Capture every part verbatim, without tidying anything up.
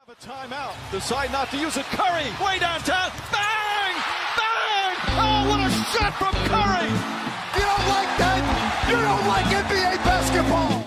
Timeout. Decide not to use it. Curry, way downtown. Bang! Bang! Oh, what a shot from Curry! You don't like that? You don't like N B A basketball.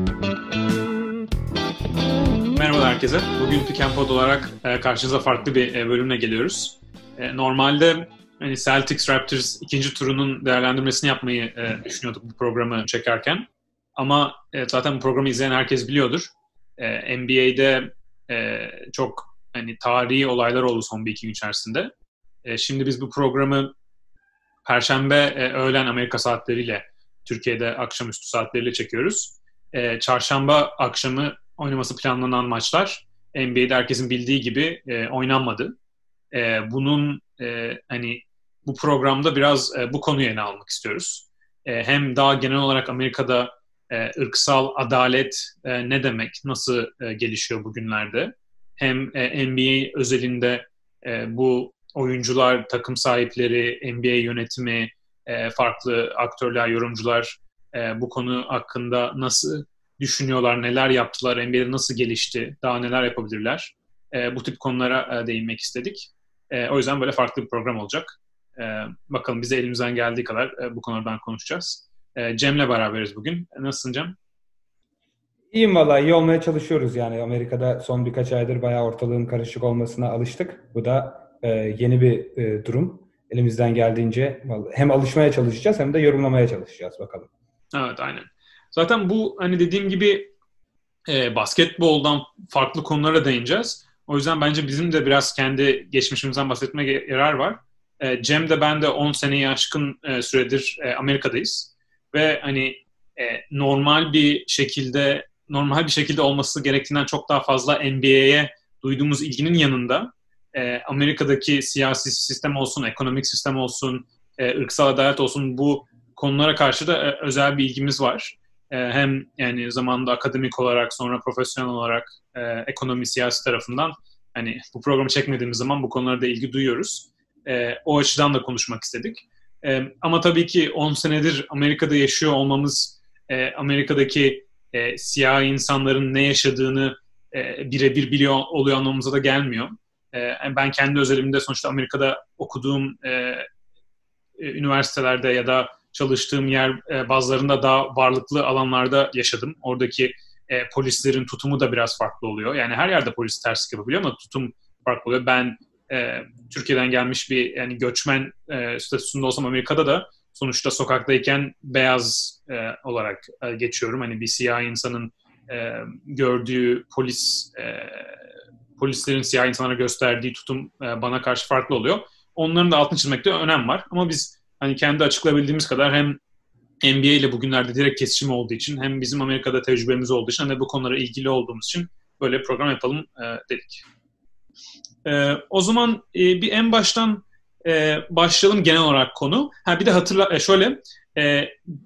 Merhaba herkese. Bugün Pick and Pod olarak e, karşınıza farklı bir e, bölümle geliyoruz. E, normalde hani Celtics Raptors ikinci turunun değerlendirmesini yapmayı e, düşünüyorduk bu programı çekerken. Ama e, zaten bu programı izleyen herkes biliyordur. E, N B A'de e, çok hani tarihi olaylar oldu son bir iki gün içerisinde. E, şimdi biz bu programı Perşembe e, öğlen Amerika saatleriyle, Türkiye'de akşamüstü saatleriyle çekiyoruz. E, çarşamba akşamı oynaması planlanan maçlar N B A'de herkesin bildiği gibi e, oynanmadı. E, bunun e, hani bu programda biraz e, bu konuyu ele almak istiyoruz. E, hem daha genel olarak Amerika'da e, ırksal adalet e, ne demek, nasıl e, gelişiyor bugünlerde? Hem e, N B A özelinde e, bu oyuncular, takım sahipleri, N B A yönetimi, e, farklı aktörler, yorumcular e, bu konu hakkında nasıl düşünüyorlar, neler yaptılar, N B A'de nasıl gelişti, daha neler yapabilirler? E, bu tip konulara e, değinmek istedik. E, o yüzden böyle farklı bir program olacak. E, bakalım bize elimizden geldiği kadar e, bu konulardan konuşacağız. E, Cem'le beraberiz bugün. E, nasılsın Cem? İyiyim valla. İyi olmaya çalışıyoruz yani. Amerika'da son birkaç aydır bayağı ortalığın karışık olmasına alıştık. Bu da e, yeni bir e, durum. Elimizden geldiğince vallahi hem alışmaya çalışacağız hem de yorumlamaya çalışacağız bakalım. Evet, aynen. Zaten bu hani dediğim gibi e, basketboldan farklı konulara değineceğiz. O yüzden bence bizim de biraz kendi geçmişimizden bahsetmeye yarar var. E, Cem de ben de on seneyi aşkın e, süredir e, Amerika'dayız. Ve hani e, normal bir şekilde normal bir şekilde olması gerektiğinden çok daha fazla N B A'ye duyduğumuz ilginin yanında e, Amerika'daki siyasi sistem olsun, ekonomik sistem olsun, e, ırksal adalet olsun, bu konulara karşı da e, özel bir ilgimiz var. E, hem yani zamanında akademik olarak, sonra profesyonel olarak e, ekonomi, siyasi tarafından hani bu programı çekmediğimiz zaman bu konulara da ilgi duyuyoruz. E, o açıdan da konuşmak istedik. E, ama tabii ki on senedir Amerika'da yaşıyor olmamız, e, Amerika'daki e, siyah insanların ne yaşadığını e, birebir biliyor oluyor anlamamıza da gelmiyor. E, ben kendi özelimde sonuçta Amerika'da okuduğum e, üniversitelerde ya da çalıştığım yer e, bazılarında daha varlıklı alanlarda yaşadım. Oradaki e, polislerin tutumu da biraz farklı oluyor. Yani her yerde polis terslik yapabiliyor ama tutum farklı oluyor. Ben e, Türkiye'den gelmiş bir yani göçmen e, statüsünde olsam Amerika'da da sonuçta sokaktayken beyaz e, olarak e, geçiyorum. Hani bir siyah insanın e, gördüğü polis e, polislerin siyah insanlara gösterdiği tutum e, bana karşı farklı oluyor. Onların da altını çizmekte önem var. Ama biz hani kendi açıklayabildiğimiz kadar hem N B A ile bugünlerde direkt kesişimi olduğu için hem bizim Amerika'da tecrübemiz olduğu için hem de bu konulara ilgili olduğumuz için böyle bir program yapalım e, dedik. E, o zaman e, bir en baştan e, başlayalım genel olarak konu. Ha bir de hatırla e, şöyle e,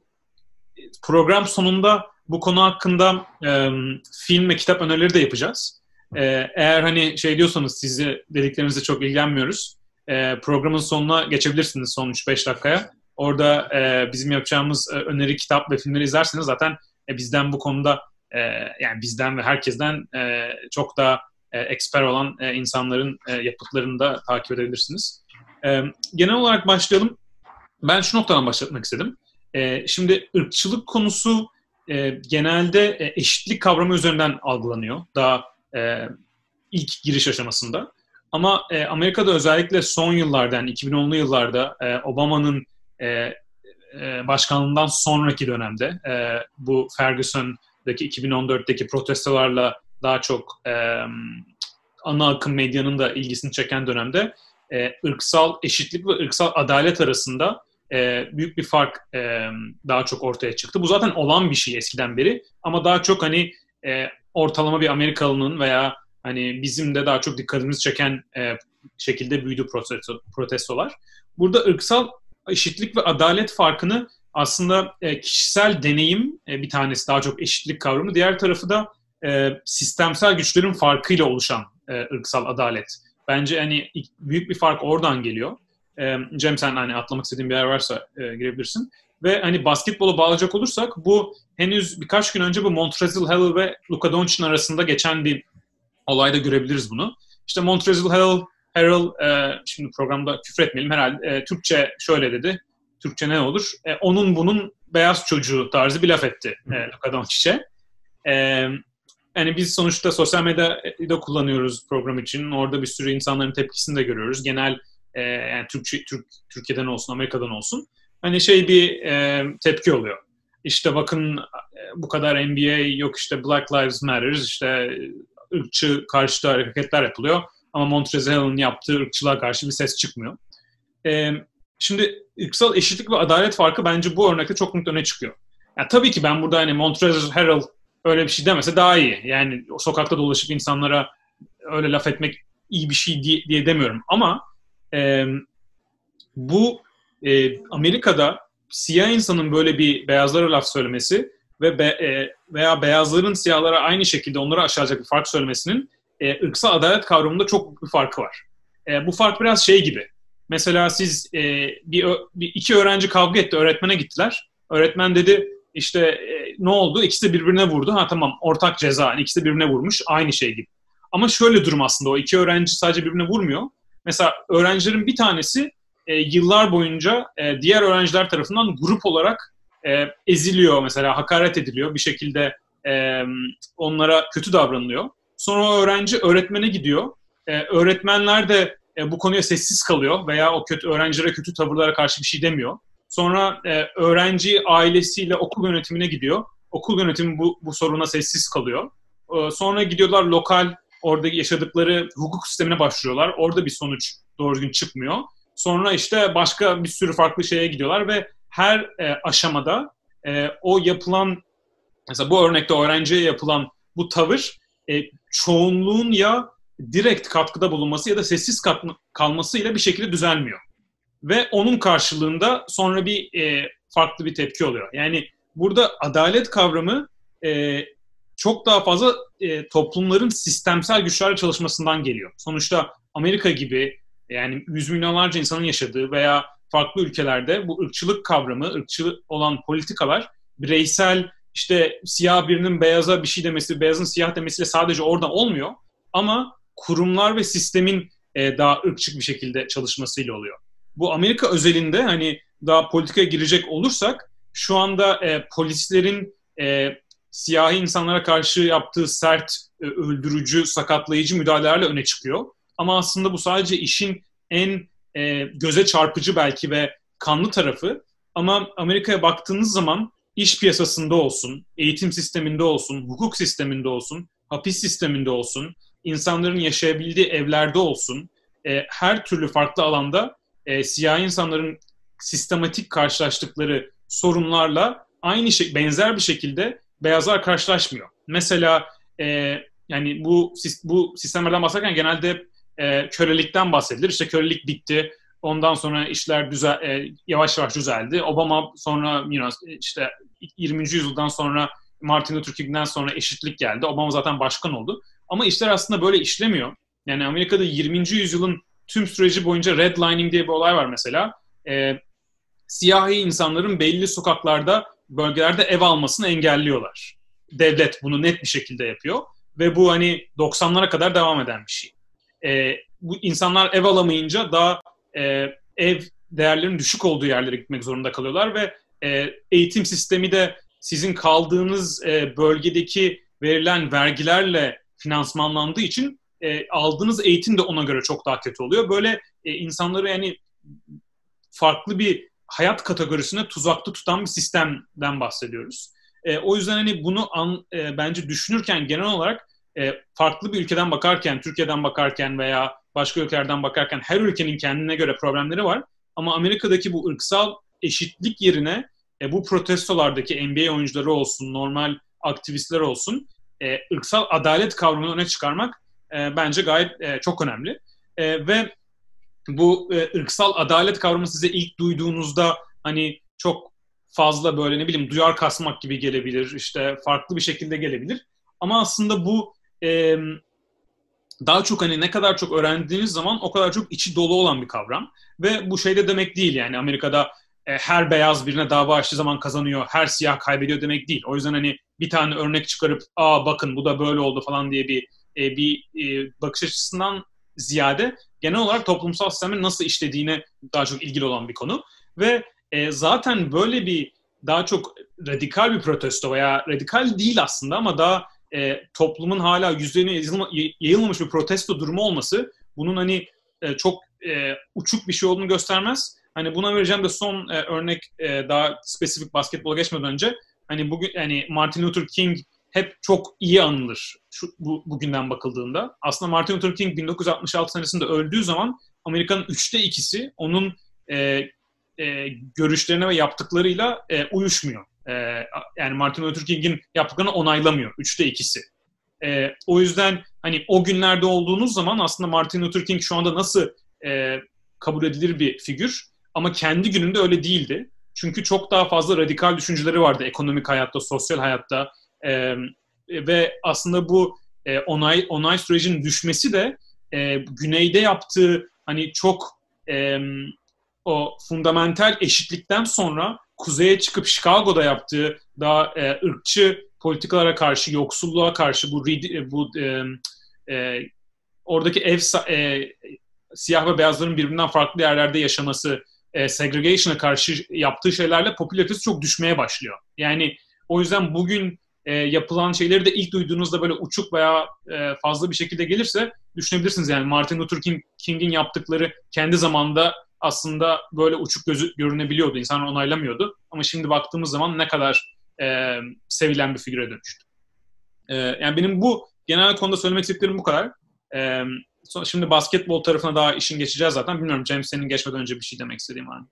program sonunda bu konu hakkında e, film ve kitap önerileri de yapacağız. E, eğer hani şey diyorsanız sizi dediklerinizle çok ilgilenmiyoruz. E, programın sonuna geçebilirsiniz son üç beş dakikaya. Orada e, bizim yapacağımız e, öneri kitap ve filmleri izlerseniz zaten e, bizden bu konuda e, yani bizden ve herkesten e, çok daha e, eksper olan e, insanların e, yapıtlarını da takip edebilirsiniz. E, genel olarak başlayalım. Ben şu noktadan başlatmak istedim. E, şimdi ırkçılık konusu e, genelde e, eşitlik kavramı üzerinden algılanıyor. Daha e, ilk giriş aşamasında. Ama e, Amerika'da özellikle son yıllarda, yani iki bin onlu yıllarda e, Obama'nın e, e, başkanlığından sonraki dönemde e, bu Ferguson'daki iki bin on dörtteki protestolarla daha çok e, ana akım medyanın da ilgisini çeken dönemde e, ırksal eşitlik ve ırksal adalet arasında e, büyük bir fark e, daha çok ortaya çıktı. Bu zaten olan bir şey eskiden beri ama daha çok hani e, ortalama bir Amerikalının veya hani bizim de daha çok dikkatimizi çeken e, şekilde büyüdü protesto, protestolar. Burada ırksal eşitlik ve adalet farkını aslında e, kişisel deneyim e, bir tanesi daha çok eşitlik kavramı. Diğer tarafı da e, sistemsel güçlerin farkıyla oluşan e, ırksal adalet. Bence hani büyük bir fark oradan geliyor. E, Cem sen hani atlamak istediğin bir yer varsa e, girebilirsin. Ve hani basketbola bağlayacak olursak bu henüz birkaç gün önce bu Montrezl Harrell ve Luka Doncic'in arasında geçen bir olayda görebiliriz bunu. İşte Montrezl Harrell, Harrell e, şimdi programda küfür etmeyelim herhalde, e, Türkçe şöyle dedi. Türkçe ne olur? E, onun bunun beyaz çocuğu tarzı bir laf etti e, Luka Doncic'e. E, yani biz sonuçta sosyal medyada kullanıyoruz program için. Orada bir sürü insanların tepkisini de görüyoruz. Genel e, yani Türkçe, Türk, Türkiye'den olsun, Amerika'dan olsun. Hani şey bir e, tepki oluyor. İşte bakın bu kadar N B A yok, işte Black Lives Matter, işte ırkçı karşıtı hareketler yapılıyor. Ama Montrezl Harrell'ın yaptığı ırkçılığa karşı bir ses çıkmıyor. Ee, şimdi ırksal eşitlik ve adalet farkı bence bu örnekte çok net öne çıkıyor. Yani tabii ki ben burada hani Montrezl Harrell öyle bir şey demese daha iyi. Yani o sokakta dolaşıp insanlara öyle laf etmek iyi bir şey diye, diye demiyorum. Ama e, bu e, Amerika'da siyah insanın böyle bir beyazlara laf söylemesi ve be, e, veya beyazların siyahlara aynı şekilde onları aşağılayacak bir fark söylemesinin e, ırksal adalet kavramında çok büyük bir farkı var. E, bu fark biraz şey gibi. Mesela siz e, bir, bir iki öğrenci kavga etti, öğretmene gittiler. Öğretmen dedi işte e, ne oldu? İkisi de birbirine vurdu. Ha tamam, ortak ceza. Yani ikisi de birbirine vurmuş. Aynı şey gibi. Ama şöyle durum aslında, o iki öğrenci sadece birbirine vurmuyor. Mesela öğrencilerin bir tanesi e, yıllar boyunca e, diğer öğrenciler tarafından grup olarak e, eziliyor, mesela hakaret ediliyor. Bir şekilde e, onlara kötü davranılıyor. Sonra o öğrenci öğretmene gidiyor. E, öğretmenler de e, bu konuya sessiz kalıyor veya o kötü öğrencilere kötü tavırlara karşı bir şey demiyor. Sonra e, öğrenci ailesiyle okul yönetimine gidiyor. Okul yönetimi bu, bu soruna sessiz kalıyor. E, sonra gidiyorlar lokal, orada yaşadıkları hukuk sistemine başvuruyorlar. Orada bir sonuç doğru düzgün çıkmıyor. Sonra işte başka bir sürü farklı şeye gidiyorlar ve her e, aşamada e, o yapılan, mesela bu örnekte öğrenciye yapılan bu tavır e, çoğunluğun ya direkt katkıda bulunması ya da sessiz kalmasıyla bir şekilde düzelmiyor. Ve onun karşılığında sonra bir e, farklı bir tepki oluyor. Yani burada adalet kavramı e, çok daha fazla e, toplumların sistemsel güçlerle çalışmasından geliyor. Sonuçta Amerika gibi yani yüz milyonlarca insanın yaşadığı veya farklı ülkelerde bu ırkçılık kavramı, ırkçı olan politikalar bireysel, işte siyah birinin beyaza bir şey demesi, beyazın siyah demesiyle sadece oradan olmuyor. Ama kurumlar ve sistemin e, daha ırkçı bir şekilde çalışmasıyla oluyor. Bu Amerika özelinde hani daha politikaya girecek olursak şu anda e, polislerin e, siyahi insanlara karşı yaptığı sert, e, öldürücü, sakatlayıcı müdahalelerle öne çıkıyor. Ama aslında bu sadece işin en e, göze çarpıcı belki ve kanlı tarafı. Ama Amerika'ya baktığınız zaman iş piyasasında olsun, eğitim sisteminde olsun, hukuk sisteminde olsun, hapis sisteminde olsun, insanların yaşayabildiği evlerde olsun, e, her türlü farklı alanda e, siyahi insanların sistematik karşılaştıkları sorunlarla aynı şey, benzer bir şekilde beyazlar karşılaşmıyor. Mesela e, yani bu bu sistemlerden bahsederken genelde e, kölelikten bahsedilir. İşte kölelik bitti. Ondan sonra işler düzel, e, yavaş yavaş düzeldi. Obama sonra you know, işte yirminci yüzyıldan sonra Martin Luther King'den sonra eşitlik geldi. Obama zaten başkan oldu. Ama işler aslında böyle işlemiyor. Yani Amerika'da yirminci yüzyılın tüm süreci boyunca redlining diye bir olay var mesela. E, siyahi insanların belli sokaklarda, bölgelerde ev almasını engelliyorlar. Devlet bunu net bir şekilde yapıyor. Ve bu hani doksanlara kadar devam eden bir şey. E, bu insanlar ev alamayınca daha e, ev değerlerinin düşük olduğu yerlere gitmek zorunda kalıyorlar ve e, eğitim sistemi de sizin kaldığınız e, bölgedeki verilen vergilerle finansmanlandığı için e, aldığınız eğitim de ona göre çok daha kötü oluyor. Böyle e, insanları yani farklı bir hayat kategorisine tuzakta tutan bir sistemden bahsediyoruz. E, o yüzden hani bunu an, e, bence düşünürken genel olarak e, farklı bir ülkeden bakarken, Türkiye'den bakarken veya başka ülkelerden bakarken her ülkenin kendine göre problemleri var. Ama Amerika'daki bu ırksal eşitlik yerine e, bu protestolardaki N B A oyuncuları olsun, normal aktivistler olsun, e, ırksal adalet kavramını öne çıkarmak e, bence gayet e, çok önemli. E, ve bu e, ırksal adalet kavramı size ilk duyduğunuzda hani çok fazla böyle ne bileyim duyar kasmak gibi gelebilir, işte farklı bir şekilde gelebilir. Ama aslında bu e, daha çok hani ne kadar çok öğrendiğiniz zaman o kadar çok içi dolu olan bir kavram. Ve bu şey de demek değil yani Amerika'da e, her beyaz birine dava açtığı zaman kazanıyor, her siyah kaybediyor demek değil. O yüzden hani bir tane örnek çıkarıp aa bakın bu da böyle oldu falan diye bir e, bir e, bakış açısından ziyade genel olarak toplumsal sistemin nasıl işlediğine daha çok ilgili olan bir konu. Ve e, zaten böyle bir daha çok radikal bir protesto veya radikal değil aslında ama daha e, toplumun hala yüzeyine yayılma, yayılmamış bir protesto durumu olması bunun hani e, çok e, uçuk bir şey olduğunu göstermez. Hani buna vereceğim de son e, örnek e, daha spesifik basketbola geçmeden önce hani bugün yani Martin Luther King hep çok iyi anılır şu, bu, bugünden bakıldığında. Aslında Martin Luther King bin dokuz yüz altmış altı senesinde öldüğü zaman Amerika'nın üçte ikisi onun e, e, görüşlerine ve yaptıklarıyla e, uyuşmuyor. E, yani Martin Luther King'in yaptıklarını onaylamıyor. Üçte ikisi. E, o yüzden hani o günlerde olduğunuz zaman aslında Martin Luther King şu anda nasıl e, kabul edilir bir figür ama kendi gününde öyle değildi. Çünkü çok daha fazla radikal düşünceleri vardı ekonomik hayatta, sosyal hayatta. Ee, ve aslında bu e, onay onay sürecinin düşmesi de e, güneyde yaptığı hani çok e, o fundamental eşitlikten sonra kuzeye çıkıp Chicago'da yaptığı daha e, ırkçı politikalara karşı, yoksulluğa karşı bu bu e, e, oradaki ev e, siyah ve beyazların birbirinden farklı yerlerde yaşaması, e, segregation'a karşı yaptığı şeylerle popülaritesi çok düşmeye başlıyor. Yani o yüzden bugün E, yapılan şeyleri de ilk duyduğunuzda böyle uçuk veya e, fazla bir şekilde gelirse düşünebilirsiniz. Yani Martin Luther King, King'in yaptıkları kendi zamanında aslında böyle uçuk gözü görünebiliyordu. İnsanlar onaylamıyordu. Ama şimdi baktığımız zaman ne kadar e, sevilen bir figüre dönüştü. E, yani benim bu genel konuda söylemek istediklerim bu kadar. E, sonra şimdi basketbol tarafına daha işin geçeceğiz zaten. Bilmiyorum James senin geçmeden önce bir şey demek istediğim var mı?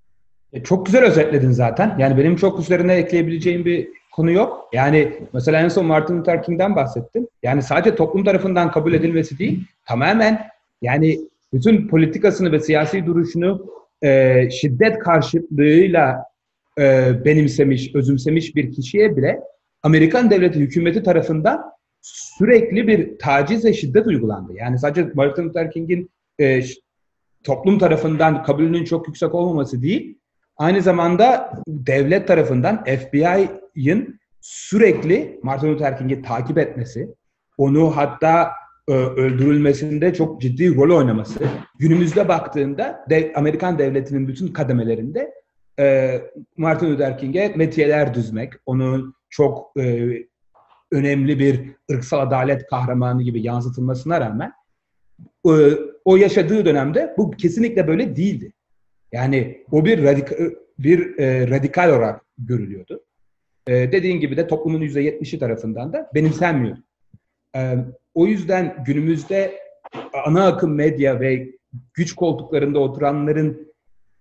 Çok güzel özetledin zaten. Yani benim çok üzerine ekleyebileceğim bir konu yok. Yani mesela en son Martin Luther King'den bahsettim. Yani sadece toplum tarafından kabul edilmesi değil, tamamen yani bütün politikasını ve siyasi duruşunu e, şiddet karşıtlığıyla e, benimsemiş, özümsemiş bir kişiye bile Amerikan devleti hükümeti tarafından sürekli bir taciz ve şiddet uygulandı. Yani sadece Martin Luther King'in e, toplum tarafından kabulünün çok yüksek olmaması değil, aynı zamanda devlet tarafından F B I'ın sürekli Martin Luther King'i takip etmesi, onu hatta e, öldürülmesinde çok ciddi rol oynaması. Günümüzde baktığında dev, Amerikan devletinin bütün kademelerinde e, Martin Luther King'e metiyeler düzmek, onu çok e, önemli bir ırksal adalet kahramanı gibi yansıtılmasına rağmen e, o yaşadığı dönemde bu kesinlikle böyle değildi. Yani o bir radikal, bir e, radikal olarak görülüyordu. E, dediğin gibi de toplumun yüzde yetmişi tarafından da benimsenmiyor. E, o yüzden günümüzde ana akım medya ve güç koltuklarında oturanların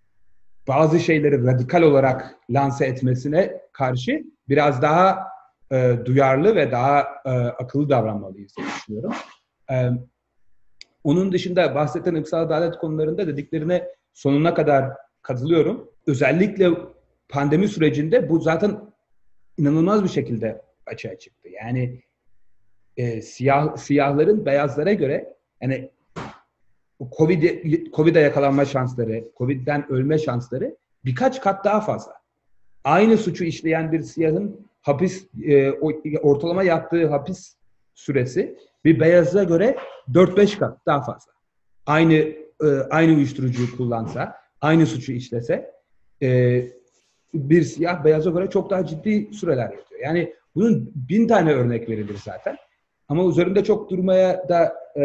bazı şeyleri radikal olarak lanse etmesine karşı biraz daha e, duyarlı ve daha e, akıllı davranmalıyız diye düşünüyorum. E, onun dışında bahseden ırksal adalet konularında dediklerine sonuna kadar katılıyorum. Özellikle pandemi sürecinde bu zaten inanılmaz bir şekilde açığa çıktı. Yani e, siyah siyahların beyazlara göre yani Covid Covid'e yakalanma şansları, Covid'den ölme şansları birkaç kat daha fazla. Aynı suçu işleyen bir siyahın hapis e, ortalama yattığı hapis süresi bir beyaza göre dört beş kat daha fazla. Aynı e, aynı uyuşturucuyu kullansa, aynı suçu işlese e, bir siyah beyaza göre çok daha ciddi süreler yatıyor. Yani bunun bin tane örnek verilir zaten. Ama üzerinde çok durmaya da e,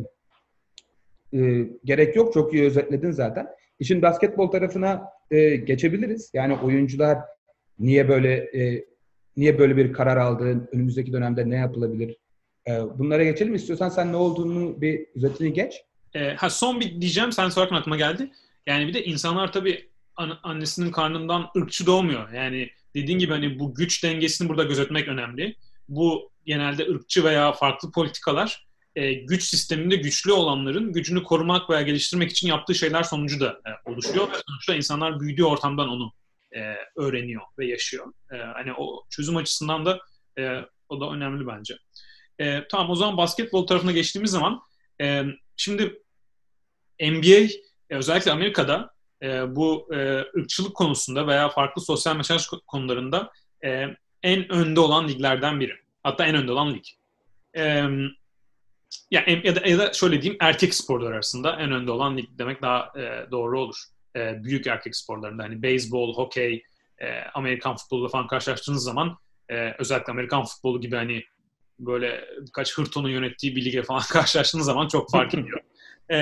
e, gerek yok. Çok iyi özetledin zaten. İşin basketbol tarafına e, geçebiliriz. Yani oyuncular niye böyle e, niye böyle bir karar aldı? Önümüzdeki dönemde ne yapılabilir? E, bunlara geçelim. İstiyorsan sen ne olduğunu bir özetini geç. E, ha son bir diyeceğim. Sen sorarken aklıma geldi. Yani bir de insanlar tabii an- annesinin karnından ırkçı doğmuyor. Yani dediğin gibi hani bu güç dengesini burada gözetmek önemli. Bu genelde ırkçı veya farklı politikalar e, güç sisteminde güçlü olanların gücünü korumak veya geliştirmek için yaptığı şeyler sonucu da e, oluşuyor. Ve sonuçta insanlar büyüdüğü ortamdan onu e, öğreniyor ve yaşıyor. E, hani o çözüm açısından da e, o da önemli bence. E, tamam o zaman basketbol tarafına geçtiğimiz zaman e, şimdi N B A e, özellikle Amerika'da e, bu e, ırkçılık konusunda veya farklı sosyal mesaj konularında e, en önde olan liglerden biri. Hatta en önde olan lig. E, ya, ya, da, ya da şöyle diyeyim, erkek sporlar arasında en önde olan lig demek daha e, doğru olur. E, büyük erkek sporlarında hani beyzbol, hokey, e, Amerikan futbolu falan karşılaştığınız zaman e, özellikle Amerikan futbolu gibi hani böyle birkaç hırtonun yönettiği bir lige falan karşılaştığınız zaman çok fark ediyor. E,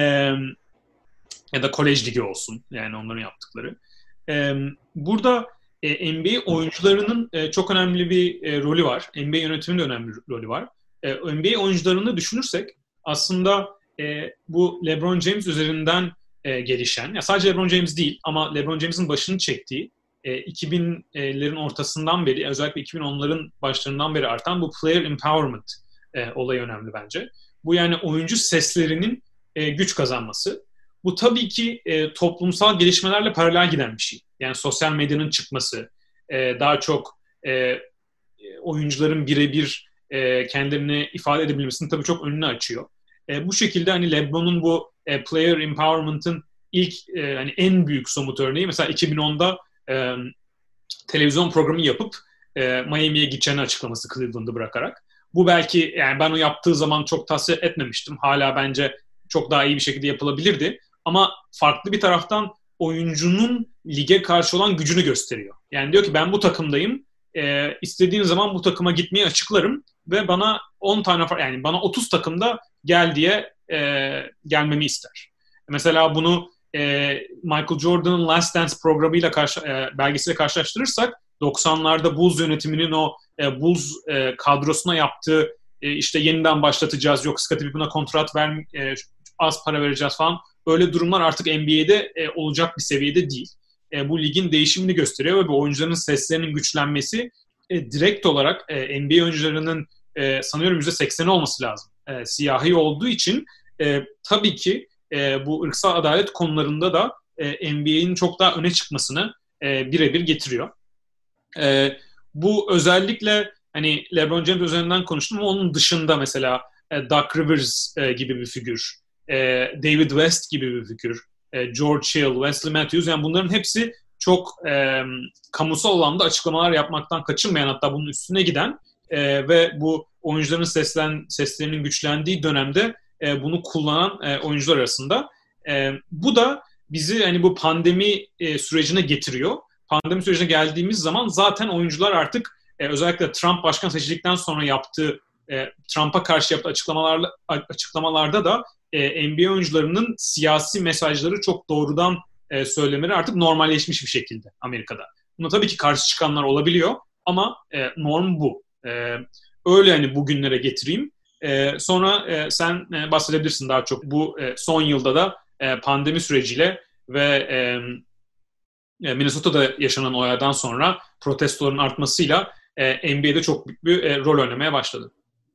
ya da kolej ligi olsun yani onların yaptıkları. E, burada e, N B A oyuncularının e, çok önemli bir e, rolü var. N B A yönetiminin de önemli rolü var. E, N B A oyuncularını düşünürsek aslında e, bu LeBron James üzerinden e, gelişen, ya sadece LeBron James değil ama LeBron James'in başını çektiği e, iki binlerin ortasından beri, özellikle iki bin onların başlarından beri artan bu player empowerment e, olayı önemli bence. Bu yani oyuncu seslerinin e, güç kazanması. Bu tabii ki e, toplumsal gelişmelerle paralel giden bir şey. Yani sosyal medyanın çıkması, e, daha çok e, oyuncuların birebir e, kendilerini ifade edebilmesini tabii çok önünü açıyor. E, bu şekilde hani LeBron'un bu e, player empowerment'ın ilk e, hani en büyük somut örneği mesela iki bin onda e, televizyon programı yapıp e, Miami'ye gideceğini açıklaması Cleveland'ı bırakarak. Bu belki yani ben o yaptığı zaman çok tasvip etmemiştim. Hala bence çok daha iyi bir şekilde yapılabilirdi. Ama farklı bir taraftan oyuncunun lige karşı olan gücünü gösteriyor. Yani diyor ki ben bu takımdayım. E, istediğim zaman bu takıma gitmeyi açıklarım ve bana on tane yani bana otuz takımda gel diye e, gelmemi ister. Mesela bunu e, Michael Jordan'ın Last Dance programıyla karşı, e, belgesiyle karşılaştırırsak doksanlarda Bulls yönetiminin o e, Bulls e, kadrosuna yaptığı e, işte yeniden başlatacağız, yok Scottie Pippen'a kontrat ver, e, az para vereceğiz falan. Öyle durumlar artık N B A'de e, olacak bir seviyede değil. E, bu ligin değişimini gösteriyor ve bu oyuncuların seslerinin güçlenmesi e, direkt olarak e, N B A oyuncularının e, sanıyorum yüzde sekseni olması lazım. E, siyahi olduğu için e, tabii ki e, bu ırksal adalet konularında da e, N B A'nin çok daha öne çıkmasını e, birebir getiriyor. E, bu özellikle hani LeBron James üzerinden konuştum ama onun dışında mesela e, Doc Rivers e, gibi bir figür, e, David West gibi bir figür, e, George Hill, Wesley Matthews, yani bunların hepsi çok e, kamusal alanda açıklamalar yapmaktan kaçınmayan, hatta bunun üstüne giden e, ve bu oyuncuların seslen, seslerinin güçlendiği dönemde e, bunu kullanan e, oyuncular arasında. E, bu da bizi hani bu pandemi e, sürecine getiriyor. Pandemi sürecine geldiğimiz zaman zaten oyuncular artık e, özellikle Trump başkan seçildikten sonra yaptığı e, Trump'a karşı yaptığı açıklamalarla, açıklamalarda da e, N B A oyuncularının siyasi mesajları çok doğrudan e, söylemeleri artık normalleşmiş bir şekilde Amerika'da. Buna tabii ki karşı çıkanlar olabiliyor ama e, norm bu. E, öyle hani bugünlere getireyim. E, sonra e, sen e, bahsedebilirsin daha çok bu e, son yılda da e, pandemi süreciyle ve e, Minnesota'da yaşanan olaylardan sonra protestoların artmasıyla e, N B A'de çok büyük bir e, rol oynamaya başladı.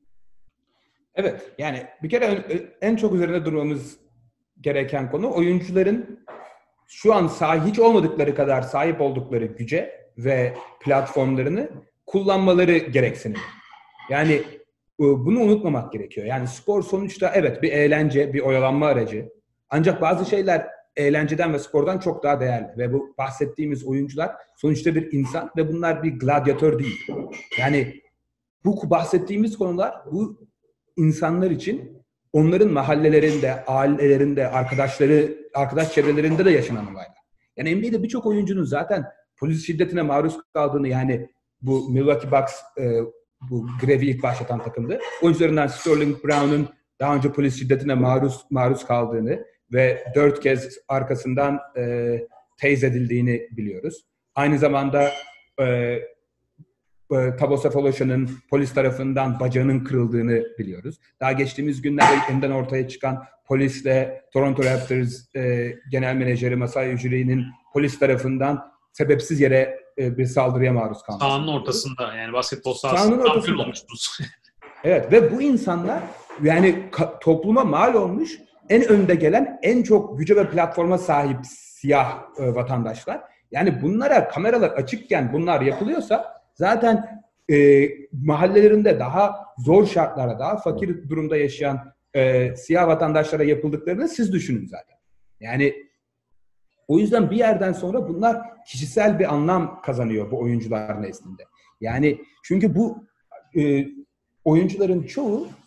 Evet, yani bir kere en çok üzerinde durmamız gereken konu oyuncuların şu an sahip hiç olmadıkları kadar sahip oldukları güce ve platformlarını kullanmaları gereksinim. Yani bunu unutmamak gerekiyor. Yani spor sonuçta evet bir eğlence, bir oyalanma aracı. Ancak bazı şeyler eğlenceden ve spordan çok daha değerli. Ve bu bahsettiğimiz oyuncular sonuçta bir insan ve bunlar bir gladyatör değil. Yani bu bahsettiğimiz konular bu insanlar için onların mahallelerinde, ailelerinde, arkadaşları, arkadaş çevrelerinde de yaşanan olaylar. Yani N B A'de birçok oyuncunun zaten polis şiddetine maruz kaldığını, yani bu Milwaukee Bucks e, bu grevi ilk başlatan takımdı. Oyuncularından Sterling Brown'un daha önce polis şiddetine maruz maruz kaldığını ve dört kez arkasından e, teyze edildiğini biliyoruz. Aynı zamanda e, Tabosa Folosa'nın polis tarafından bacağının kırıldığını biliyoruz. Daha geçtiğimiz günlerde yeniden ortaya çıkan polisle Toronto Raptors e, genel menajeri Masai Ujiri'nin polis tarafından sebepsiz yere e, bir saldırıya maruz kalması. Sahanın ortasında, yani basketbol sahasında şampiyon olmuştunuz. Evet ve bu insanlar yani ka- topluma mal olmuş en önde gelen, en çok güce ve platforma sahip siyah e, vatandaşlar. Yani bunlara kameralar açıkken bunlar yapılıyorsa zaten e, mahallelerinde daha zor şartlara, daha fakir durumda yaşayan e, siyah vatandaşlara yapıldıklarını siz düşünün zaten. Yani o yüzden bir yerden sonra bunlar kişisel bir anlam kazanıyor bu oyuncular nezdinde. Yani çünkü bu e, oyuncuların çoğu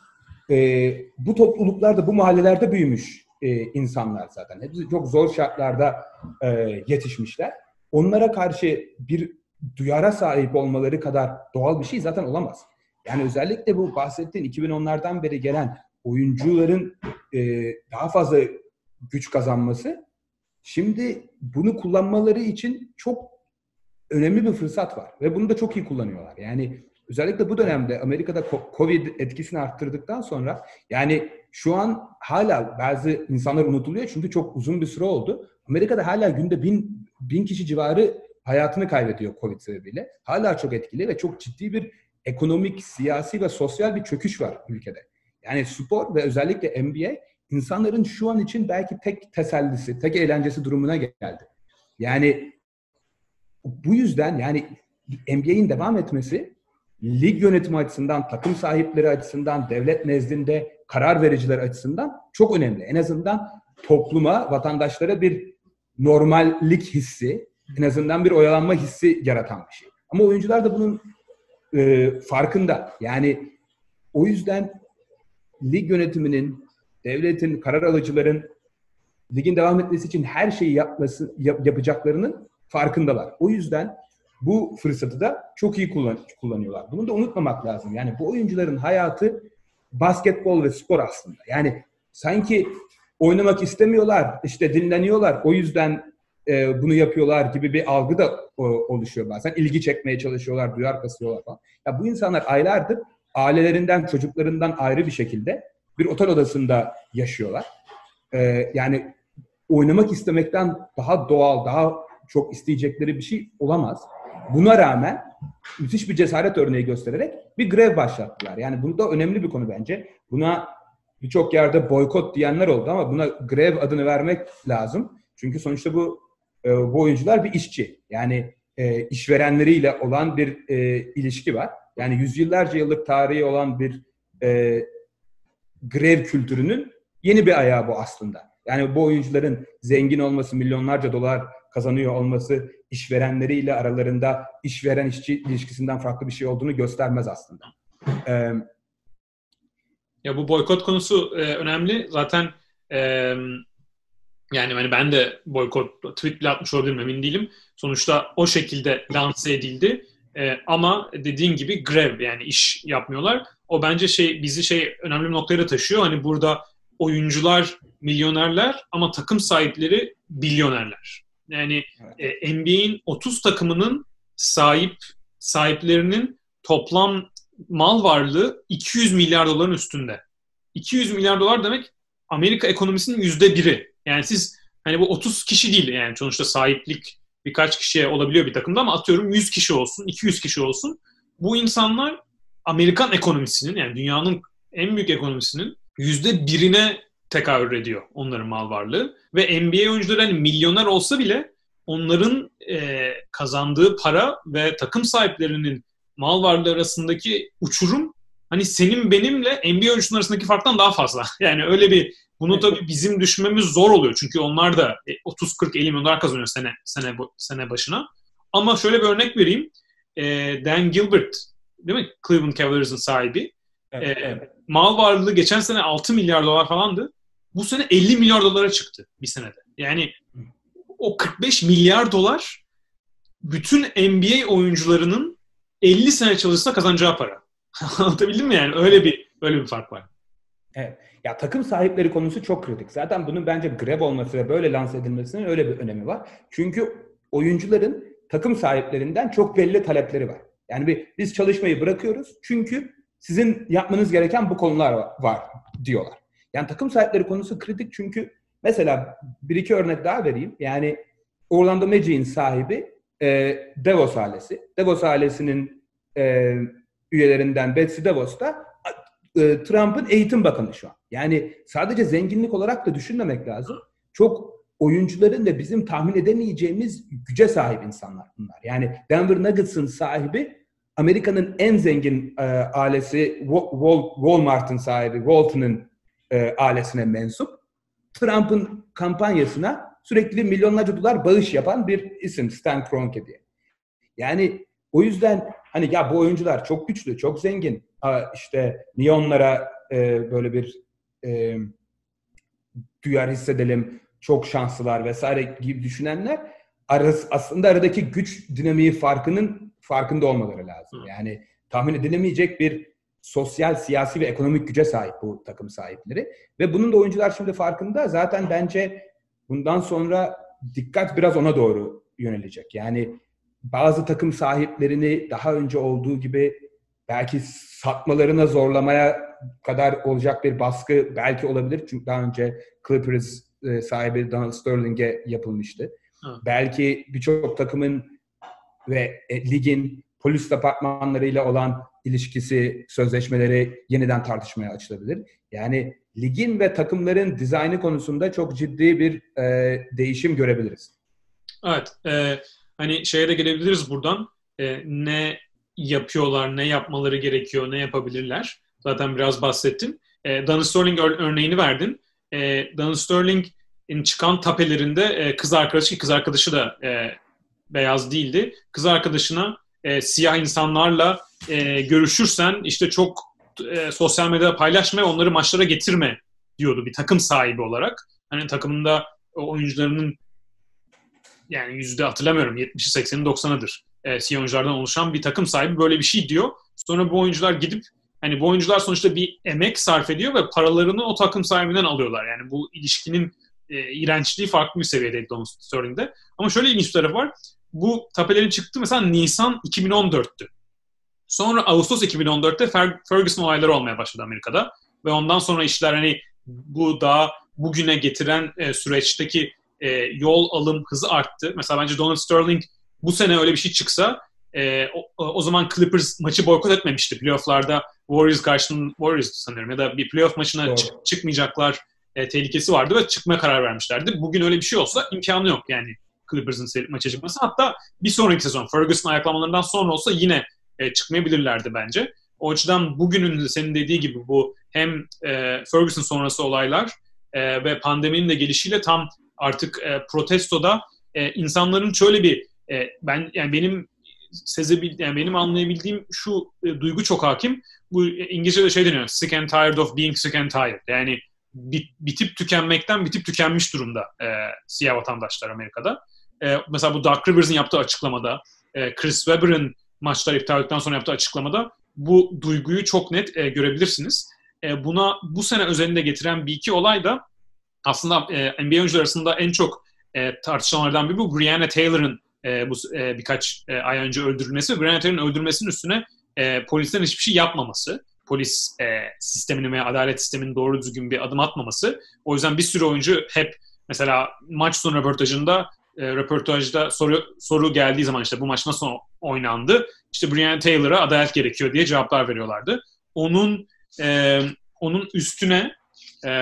e, bu topluluklarda, bu mahallelerde büyümüş e, insanlar zaten. Hepsi çok zor şartlarda e, yetişmişler. Onlara karşı bir duyara sahip olmaları kadar doğal bir şey zaten olamaz. Yani özellikle bu bahsettiğin iki bin onlardan beri gelen oyuncuların e, daha fazla güç kazanması, şimdi bunu kullanmaları için çok önemli bir fırsat var. Ve bunu da çok iyi kullanıyorlar. Yani özellikle bu dönemde Amerika'da Covid etkisini arttırdıktan sonra, yani şu an hala bazı insanlar unutuluyor çünkü çok uzun bir süre oldu. Amerika'da hala günde bin, bin kişi civarı hayatını kaybediyor Covid sebebiyle. Hala çok etkili ve çok ciddi bir ekonomik, siyasi ve sosyal bir çöküş var ülkede. Yani spor ve özellikle N B A insanların şu an için belki tek tesellisi, tek eğlencesi durumuna geldi. Yani bu yüzden yani N B A'in devam etmesi lig yönetimi açısından, takım sahipleri açısından, devlet nezdinde karar vericiler açısından çok önemli. En azından topluma, vatandaşlara bir normallik hissi, en azından bir oyalanma hissi yaratan bir şey. Ama oyuncular da bunun e, farkında. Yani o yüzden lig yönetiminin, devletin, karar alıcıların ligin devam etmesi için her şeyi yapması, yap, yapacaklarının farkındalar. O yüzden bu fırsatı da çok iyi kullan, kullanıyorlar. Bunu da unutmamak lazım. Yani bu oyuncuların hayatı basketbol ve spor aslında. Yani sanki oynamak istemiyorlar, işte dinleniyorlar, o yüzden e, bunu yapıyorlar gibi bir algı da o, oluşuyor bazen. İlgi çekmeye çalışıyorlar, duyar kasıyorlar falan. Ya bu insanlar aylardır ailelerinden, çocuklarından ayrı bir şekilde bir otel odasında yaşıyorlar. E, yani oynamak istemekten daha doğal, daha çok isteyecekleri bir şey olamaz. Buna rağmen müthiş bir cesaret örneği göstererek bir grev başlattılar. Yani bu da önemli bir konu bence. Buna birçok yerde boykot diyenler oldu ama buna grev adını vermek lazım. Çünkü sonuçta bu e, bu oyuncular bir işçi. Yani e, işverenleriyle olan bir e, ilişki var. Yani yüzyıllarca yıllık tarihi olan bir e, grev kültürünün yeni bir ayağı bu aslında. Yani bu oyuncuların zengin olması, milyonlarca dolar kazanıyor olması, işverenleriyle aralarında işveren-işçi ilişkisinden farklı bir şey olduğunu göstermez aslında. Ee, ya bu boykot konusu e, önemli. Zaten e, yani hani ben de boykot tweet bile atmış olabilirim, emin değilim. Sonuçta o şekilde lanse edildi. E, ama dediğin gibi grev, yani iş yapmıyorlar. O bence şey bizi şey önemli bir noktaya da taşıyor. Hani burada oyuncular milyonerler ama takım sahipleri bilyonerler. Yani evet. e, N B A'in otuz takımının sahip sahiplerinin toplam mal varlığı iki yüz milyar doların üstünde. iki yüz milyar dolar demek Amerika ekonomisinin yüzde biri. Yani siz hani bu otuz kişi değil, yani sonuçta sahiplik birkaç kişiye olabiliyor bir takımda ama atıyorum yüz kişi olsun, iki yüz kişi olsun. Bu insanlar Amerikan ekonomisinin, yani dünyanın en büyük ekonomisinin yüzde birine tekabül ediyor onların mal varlığı. Ve N B A oyuncuları hani milyoner olsa bile onların e, kazandığı para ve takım sahiplerinin mal varlığı arasındaki uçurum hani senin benimle N B A oyuncusunun arasındaki farktan daha fazla. Yani öyle bir, bunu tabii bizim düşmemiz zor oluyor. Çünkü onlar da otuz kırk elli milyon dolar kazanıyor sene sene sene başına. Ama şöyle bir örnek vereyim. E, Dan Gilbert, değil mi? Cleveland Cavaliers'ın sahibi. Evet, e, evet. Mal varlığı geçen sene altı milyar dolar falandı. Bu sene elli milyar dolara çıktı bir senede. Yani o kırk beş milyar dolar bütün N B A oyuncularının elli sene çalışsa kazanacağı para. Anlatabildim mi yani? Öyle bir öyle bir fark var. Evet. Ya takım sahipleri konusu çok kritik. Zaten bunun bence grev olması ve böyle lanse edilmesinin öyle bir önemi var. Çünkü oyuncuların takım sahiplerinden çok belli talepleri var. Yani bir, biz çalışmayı bırakıyoruz çünkü sizin yapmanız gereken bu konular var, var diyorlar. Yani takım sahipleri konusu kritik çünkü mesela bir iki örnek daha vereyim. Yani Orlando Magic'in sahibi e, Devos ailesi. Devos ailesinin e, üyelerinden Betsy DeVos da e, Trump'ın eğitim bakanı şu an. Yani sadece zenginlik olarak da düşünmemek lazım. Çok oyuncuların da bizim tahmin edemeyeceğimiz güce sahip insanlar bunlar. Yani Denver Nuggets'ın sahibi Amerika'nın en zengin e, ailesi Wal- Walmart'ın sahibi Walton'ın e, ailesine mensup. Trump'ın kampanyasına sürekli milyonlarca dolar bağış yapan bir isim Stan Kroenke diye. Yani o yüzden hani ya bu oyuncular çok güçlü, çok zengin. işte niyonlara e, böyle bir e, duyar hissedelim, çok şanslılar vesaire gibi düşünenler arası, aslında aradaki güç dinamiği farkının farkında olmaları lazım. Yani tahmin edilemeyecek bir sosyal, siyasi ve ekonomik güce sahip bu takım sahipleri. Ve bunun da oyuncular şimdi farkında. Zaten bence bundan sonra dikkat biraz ona doğru yönelecek. Yani bazı takım sahiplerini daha önce olduğu gibi belki satmalarına zorlamaya kadar olacak bir baskı belki olabilir. Çünkü daha önce Clippers sahibi Donald Sterling'e yapılmıştı. Hı. Belki birçok takımın ve ligin polis departmanlarıyla olan ilişkisi, sözleşmeleri yeniden tartışmaya açılabilir. Yani ligin ve takımların dizaynı konusunda çok ciddi bir e, değişim görebiliriz. Evet. E, hani şeye de gelebiliriz buradan. E, ne yapıyorlar, ne yapmaları gerekiyor, ne yapabilirler? Zaten biraz bahsettin. E, Donald Sterling ör- örneğini verdin. E, Donald Sterling'in çıkan tapelerinde e, kız arkadaşı, kız arkadaşı da e, beyaz değildi. Kız arkadaşına e, siyah insanlarla e, görüşürsen işte çok e, sosyal medyada paylaşma, onları maçlara getirme diyordu bir takım sahibi olarak. Hani takımında oyuncularının yani yüzde hatırlamıyorum yetmişi sekseni doksanıdır e, siyah oyunculardan oluşan bir takım sahibi böyle bir şey diyor. Sonra bu oyuncular gidip hani bu oyuncular sonuçta bir emek sarf ediyor ve paralarını o takım sahibinden alıyorlar. Yani bu ilişkinin e, iğrençliği farklı bir seviyedeydi Donald Sterling'de. Ama şöyle ilginç bir tarafı var. Bu tapelerin çıktığı mesela Nisan iki bin on dörttü. Sonra Ağustos iki bin on dörtte Ferguson olayları olmaya başladı Amerika'da. Ve ondan sonra işler hani bu daha bugüne getiren e, süreçteki e, yol alım hızı arttı. Mesela bence Donald Sterling bu sene öyle bir şey çıksa e, o, o zaman Clippers maçı boykot etmemişti. Playoff'larda Warriors karşısında Warriors sanıyorum ya da bir playoff maçına çık, çıkmayacaklar e, tehlikesi vardı ve çıkmaya karar vermişlerdi. Bugün öyle bir şey olsa imkanı yok yani Clippers'ın maça çıkması. Hatta bir sonraki sezon Ferguson ayaklamalarından sonra olsa yine e, çıkmayabilirlerdi bence. O açıdan bugünün senin dediği gibi bu hem e, Ferguson sonrası olaylar e, ve pandeminin de gelişiyle tam artık e, protestoda e, insanların şöyle bir e, ben yani benim sezebil yani benim anlayabildiğim şu e, duygu çok hakim. Bu e, İngilizce'de şey deniyor. Sick and tired of being sick and tired. Yani bit, bitip tükenmekten bitip tükenmiş durumda e, siyah vatandaşlar Amerika'da. E, mesela bu Doug Rivers'ın yaptığı açıklamada, e, Chris Webber'ın maçlar iptal olduktan sonra yaptığı açıklamada bu duyguyu çok net e, görebilirsiniz. E, buna bu sene özelinde getiren bir iki olay da aslında e, N B A oyuncular arasında en çok e, tartışılanlardan biri bu Breonna Taylor'ın e, bu e, birkaç e, ay önce öldürülmesi ve Breonna Taylor'ın öldürülmesinin üstüne e, polislerin hiçbir şey yapmaması, polis e, sisteminin veya adalet sisteminin doğru düzgün bir adım atmaması. O yüzden bir sürü oyuncu hep mesela maç sonu röportajında e, röportajda soru soru geldiği zaman işte bu maç nasıl oynandı? İşte Breonna Taylor'a adalet gerekiyor diye cevaplar veriyorlardı. Onun e, onun üstüne e,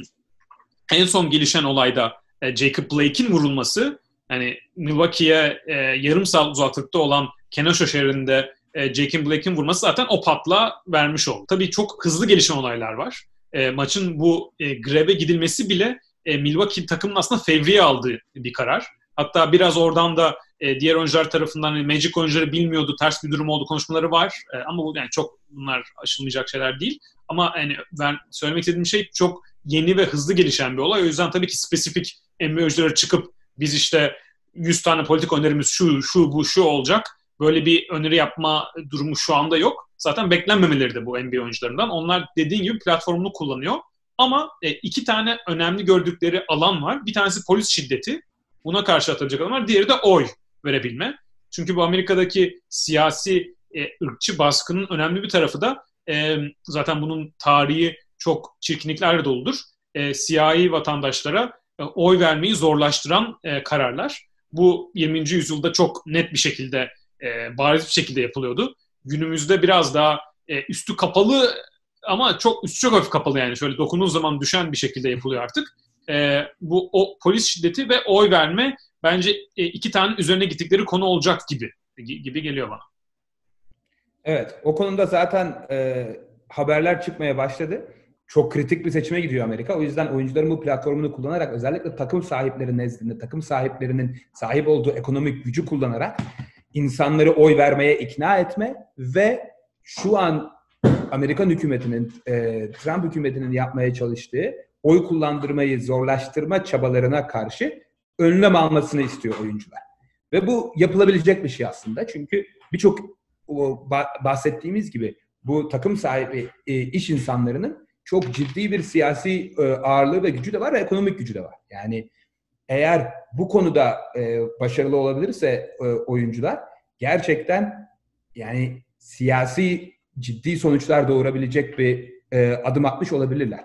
en son gelişen olayda e, Jacob Blake'in vurulması, yani Milwaukee'ye e, yarım saat uzaklıkta olan Kenosha şehrinde e, Jacob Blake'in vurması zaten o patla vermiş oldu. Tabii çok hızlı gelişen olaylar var. E, maçın bu e, greve gidilmesi bile e, Milwaukee takımının aslında fevriye aldığı bir karar. Hatta biraz oradan da e, diğer oyuncular tarafından yani Magic oyuncuları bilmiyordu, ters bir durum oldu konuşmaları var. E, ama bu yani çok bunlar aşılmayacak şeyler değil. Ama yani ben söylemek istediğim şey çok yeni ve hızlı gelişen bir olay. O yüzden tabii ki spesifik N B A oyuncuları çıkıp biz işte yüz tane politik önerimiz şu, şu, bu, şu olacak. Böyle bir öneri yapma durumu şu anda yok. Zaten beklenmemeleri de bu N B A oyuncularından. Onlar dediğin gibi platformunu kullanıyor. Ama e, iki tane önemli gördükleri alan var. Bir tanesi polis şiddeti. Buna karşı atılacak alan var. Diğeri de oy verebilme. Çünkü bu Amerika'daki siyasi e, ırkçı baskının önemli bir tarafı da e, zaten bunun tarihi çok çirkinliklerle doludur. E, siyahi vatandaşlara e, oy vermeyi zorlaştıran e, kararlar. Bu yirminci yüzyılda çok net bir şekilde, e, bariz bir şekilde yapılıyordu. Günümüzde biraz daha e, üstü kapalı ama çok üstü çok hafif kapalı yani şöyle dokunduğun zaman düşen bir şekilde yapılıyor artık. E, bu o polis şiddeti ve oy verme bence e, iki tane üzerine gittikleri konu olacak gibi gibi geliyor bana. Evet, o konuda zaten e, haberler çıkmaya başladı. Çok kritik bir seçime gidiyor Amerika. O yüzden oyuncuların bu platformunu kullanarak özellikle takım sahipleri nezdinde, takım sahiplerinin sahip olduğu ekonomik gücü kullanarak insanları oy vermeye ikna etme ve şu an Amerikan hükümetinin, e, Trump hükümetinin yapmaya çalıştığı oy kullandırmayı zorlaştırma çabalarına karşı önlem almasını istiyor oyuncular. Ve bu yapılabilecek bir şey aslında. Çünkü birçok o bahsettiğimiz gibi bu takım sahibi e, iş insanlarının çok ciddi bir siyasi e, ağırlığı ve gücü de var ve ekonomik gücü de var. Yani eğer bu konuda e, başarılı olabilirse e, oyuncular gerçekten yani siyasi ciddi sonuçlar doğurabilecek bir e, adım atmış olabilirler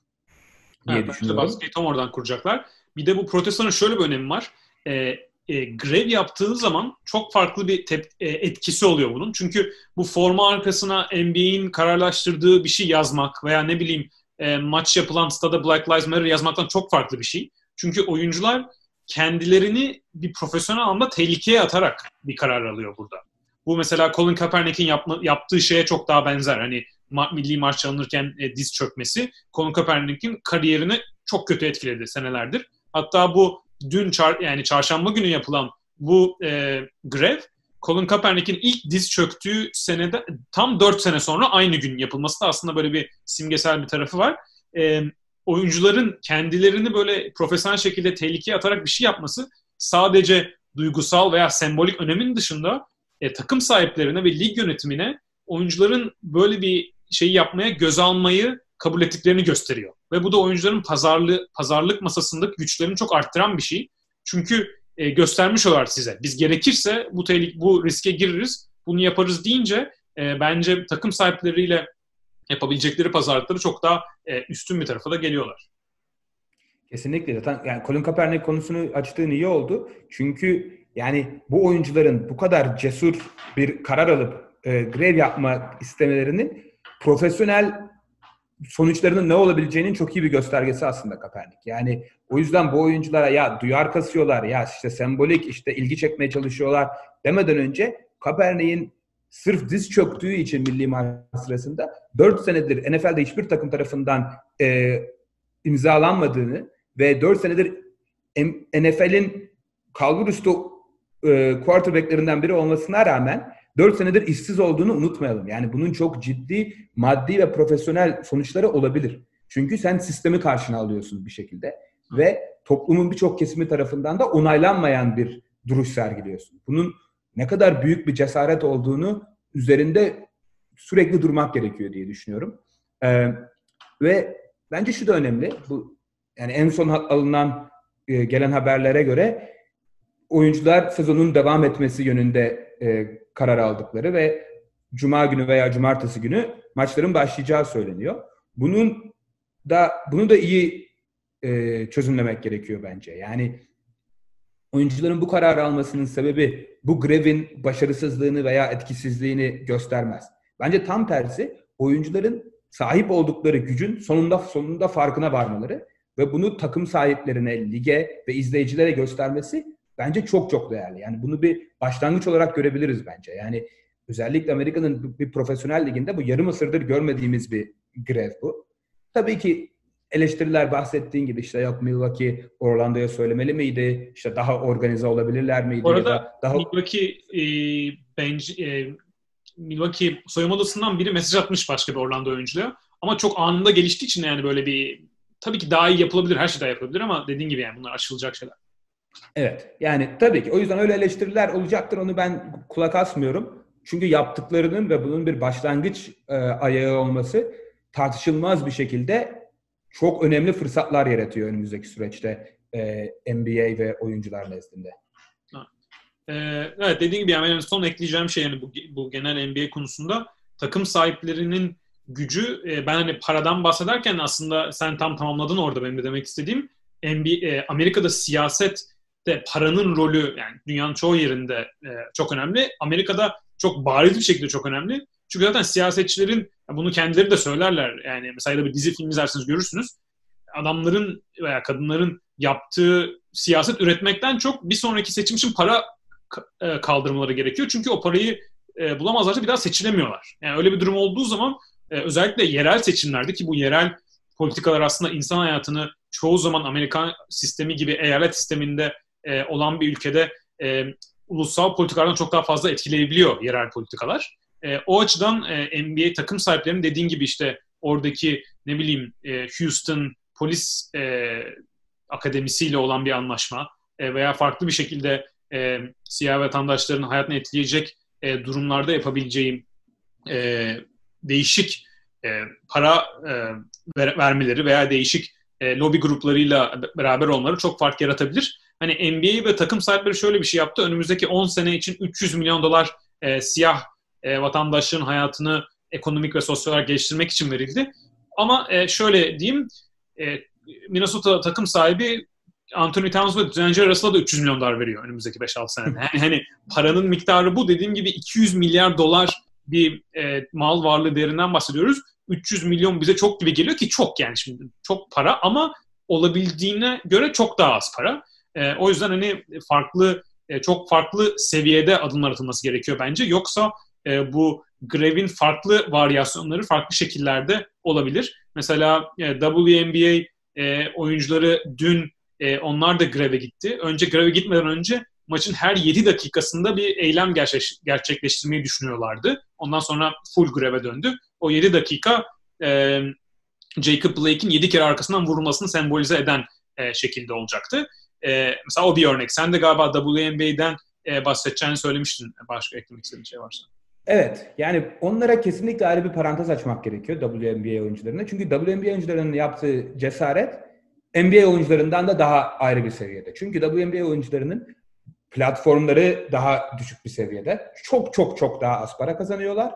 diye evet, düşünüyorum. Baskıyı tam oradan kuracaklar. Bir de bu protestanın şöyle bir önemi var. E, e, grev yaptığı zaman çok farklı bir tep- e, etkisi oluyor bunun. Çünkü bu forma arkasına N B A'in kararlaştırdığı bir şey yazmak veya ne bileyim e, maç yapılan stada Black Lives Matter yazmaktan çok farklı bir şey. Çünkü oyuncular kendilerini bir profesyonel anlamda tehlikeye atarak bir karar alıyor burada. Bu mesela Colin Kaepernick'in yapma, yaptığı şeye çok daha benzer. Hani ma- milli marş çalınırken e, diz çökmesi Colin Kaepernick'in kariyerini çok kötü etkiledi senelerdir. Hatta bu dün çar- yani çarşamba günü yapılan bu e, grev Colin Kaepernick'in ilk diz çöktüğü senede tam dört sene sonra aynı gün yapılması da aslında böyle bir simgesel bir tarafı var. E, oyuncuların kendilerini böyle profesyonel şekilde tehlikeye atarak bir şey yapması sadece duygusal veya sembolik önemin dışında e, takım sahiplerine ve lig yönetimine oyuncuların böyle bir şeyi yapmaya göze almayı kabul ettiklerini gösteriyor. Ve bu da oyuncuların pazarlı, pazarlık masasındaki güçlerini çok arttıran bir şey. Çünkü e, göstermiş olar size. Biz gerekirse bu tehlike, bu riske gireriz, bunu yaparız deyince e, bence takım sahipleriyle yapabilecekleri pazarlıkları çok daha e, üstün bir tarafa da geliyorlar. Kesinlikle. Zaten yani Colin Kaepernick konusunu açtığın iyi oldu. Çünkü yani bu oyuncuların bu kadar cesur bir karar alıp e, grev yapmak istemelerinin profesyonel sonuçlarının ne olabileceğinin çok iyi bir göstergesi aslında Kaepernick. Yani o yüzden bu oyunculara ya duyar kasıyorlar, ya işte sembolik işte ilgi çekmeye çalışıyorlar demeden önce Kaepernick'in sırf diz çöktüğü için milli maç sırasında dört senedir N F L'de hiçbir takım tarafından e, imzalanmadığını ve dört senedir N F L'in kalburüstü e, quarterbacklerinden biri olmasına rağmen dört senedir işsiz olduğunu unutmayalım. Yani bunun çok ciddi maddi ve profesyonel sonuçları olabilir. Çünkü sen sistemi karşına alıyorsun bir şekilde ve toplumun birçok kesimi tarafından da onaylanmayan bir duruş sergiliyorsun. Bunun ne kadar büyük bir cesaret olduğunu üzerinde sürekli durmak gerekiyor diye düşünüyorum. Ee, ve bence şu da önemli. Bu yani en son alınan e, gelen haberlere göre oyuncular sezonun devam etmesi yönünde e, karar aldıkları ve Cuma günü veya Cumartesi günü maçların başlayacağı söyleniyor. Bunun da bunu da iyi e, çözümlemek gerekiyor bence. Yani oyuncuların bu kararı almasının sebebi bu grevin başarısızlığını veya etkisizliğini göstermez. Bence tam tersi oyuncuların sahip oldukları gücün sonunda sonunda farkına varmaları ve bunu takım sahiplerine, lige ve izleyicilere göstermesi bence çok çok değerli. Yani bunu bir başlangıç olarak görebiliriz bence. Yani özellikle Amerika'nın bir profesyonel liginde bu yarım asırdır görmediğimiz bir grev bu. Tabii ki eleştiriler bahsettiğin gibi işte yok Milwaukee Orlando'ya söylemeli miydi? İşte daha organize olabilirler miydi? Orada ya da daha... Milwaukee e, bence e, Milwaukee soyunma odasından biri mesaj atmış başka bir Orlando oyuncuya. Ama çok anında geliştiği için yani böyle bir tabii ki daha iyi yapılabilir, her şey daha yapılabilir ama dediğin gibi yani bunlar aşılacak şeyler. Evet. Yani tabii ki. O yüzden öyle eleştiriler olacaktır. Onu ben kulak asmıyorum. Çünkü yaptıklarının ve bunun bir başlangıç e, ayağı olması tartışılmaz bir şekilde çok önemli fırsatlar yaratıyor önümüzdeki süreçte e, N B A ve oyuncular nezdinde. Ee, evet dediğim gibi yani son ekleyeceğim şey yani bu, bu genel N B A konusunda takım sahiplerinin gücü e, ben hani paradan bahsederken aslında sen tam tamamladın orada benim de demek istediğim N B A, e, Amerika'da siyaset de paranın rolü yani dünyanın çoğu yerinde e, çok önemli. Amerika'da çok bariz bir şekilde çok önemli. Çünkü zaten siyasetçilerin bunu kendileri de söylerler. Yani mesela bir dizi film izlerseniz görürsünüz. Adamların veya kadınların yaptığı siyaset üretmekten çok bir sonraki seçim için para e, kaldırmaları gerekiyor. Çünkü o parayı e, bulamazlarsa bir daha seçilemiyorlar. Yani öyle bir durum olduğu zaman e, özellikle yerel seçimlerde ki bu yerel politikalar aslında insan hayatını çoğu zaman Amerikan sistemi gibi eyalet sisteminde e, olan bir ülkede e, ulusal politikalardan çok daha fazla etkileyebiliyor yerel politikalar. E, o açıdan e, N B A takım sahiplerinin dediğin gibi işte oradaki ne bileyim e, Houston polis e, akademisiyle olan bir anlaşma e, veya farklı bir şekilde e, siyah vatandaşların hayatını etkileyecek e, durumlarda yapabileceğim e, değişik e, para e, ver, vermeleri veya değişik e, lobi gruplarıyla beraber olmaları çok fark yaratabilir. Hani N B A ve takım sahipleri şöyle bir şey yaptı. Önümüzdeki on sene için üç yüz milyon dolar e, siyah e, vatandaşların hayatını ekonomik ve sosyal olarak geliştirmek için verildi. Ama e, şöyle diyeyim, e, Minnesota takım sahibi Anthony Towns ve D'Angelo Russell'a da üç yüz milyon dolar veriyor önümüzdeki beş altı senede. Yani hani paranın miktarı bu. Dediğim gibi iki yüz milyar dolar bir e, mal varlığı değerinden bahsediyoruz. üç yüz milyon bize çok gibi geliyor ki çok yani şimdi çok para ama olabildiğine göre çok daha az para. E, o yüzden hani farklı e, çok farklı seviyede adımlar atılması gerekiyor bence. Yoksa e, bu grevin farklı varyasyonları farklı şekillerde olabilir. Mesela e, W N B A e, oyuncuları dün e, onlar da greve gitti. Önce greve gitmeden önce maçın her yedi dakikasında bir eylem gerçek, gerçekleştirmeyi düşünüyorlardı. Ondan sonra full greve döndü. O yedi dakika e, Jacob Blake'in yedi kere arkasından vurulmasını sembolize eden e, şekilde olacaktı. E, mesela o bir örnek. Sen de galiba W N B A'den e, bahsedeceğini söylemiştin. Başka eklemek istediğin şey varsa. Evet. Yani onlara kesinlikle ayrı bir parantez açmak gerekiyor W N B A oyuncularına. Çünkü W N B A oyuncularının yaptığı cesaret N B A oyuncularından da daha ayrı bir seviyede. Çünkü W N B A oyuncularının platformları daha düşük bir seviyede. Çok çok çok daha az para kazanıyorlar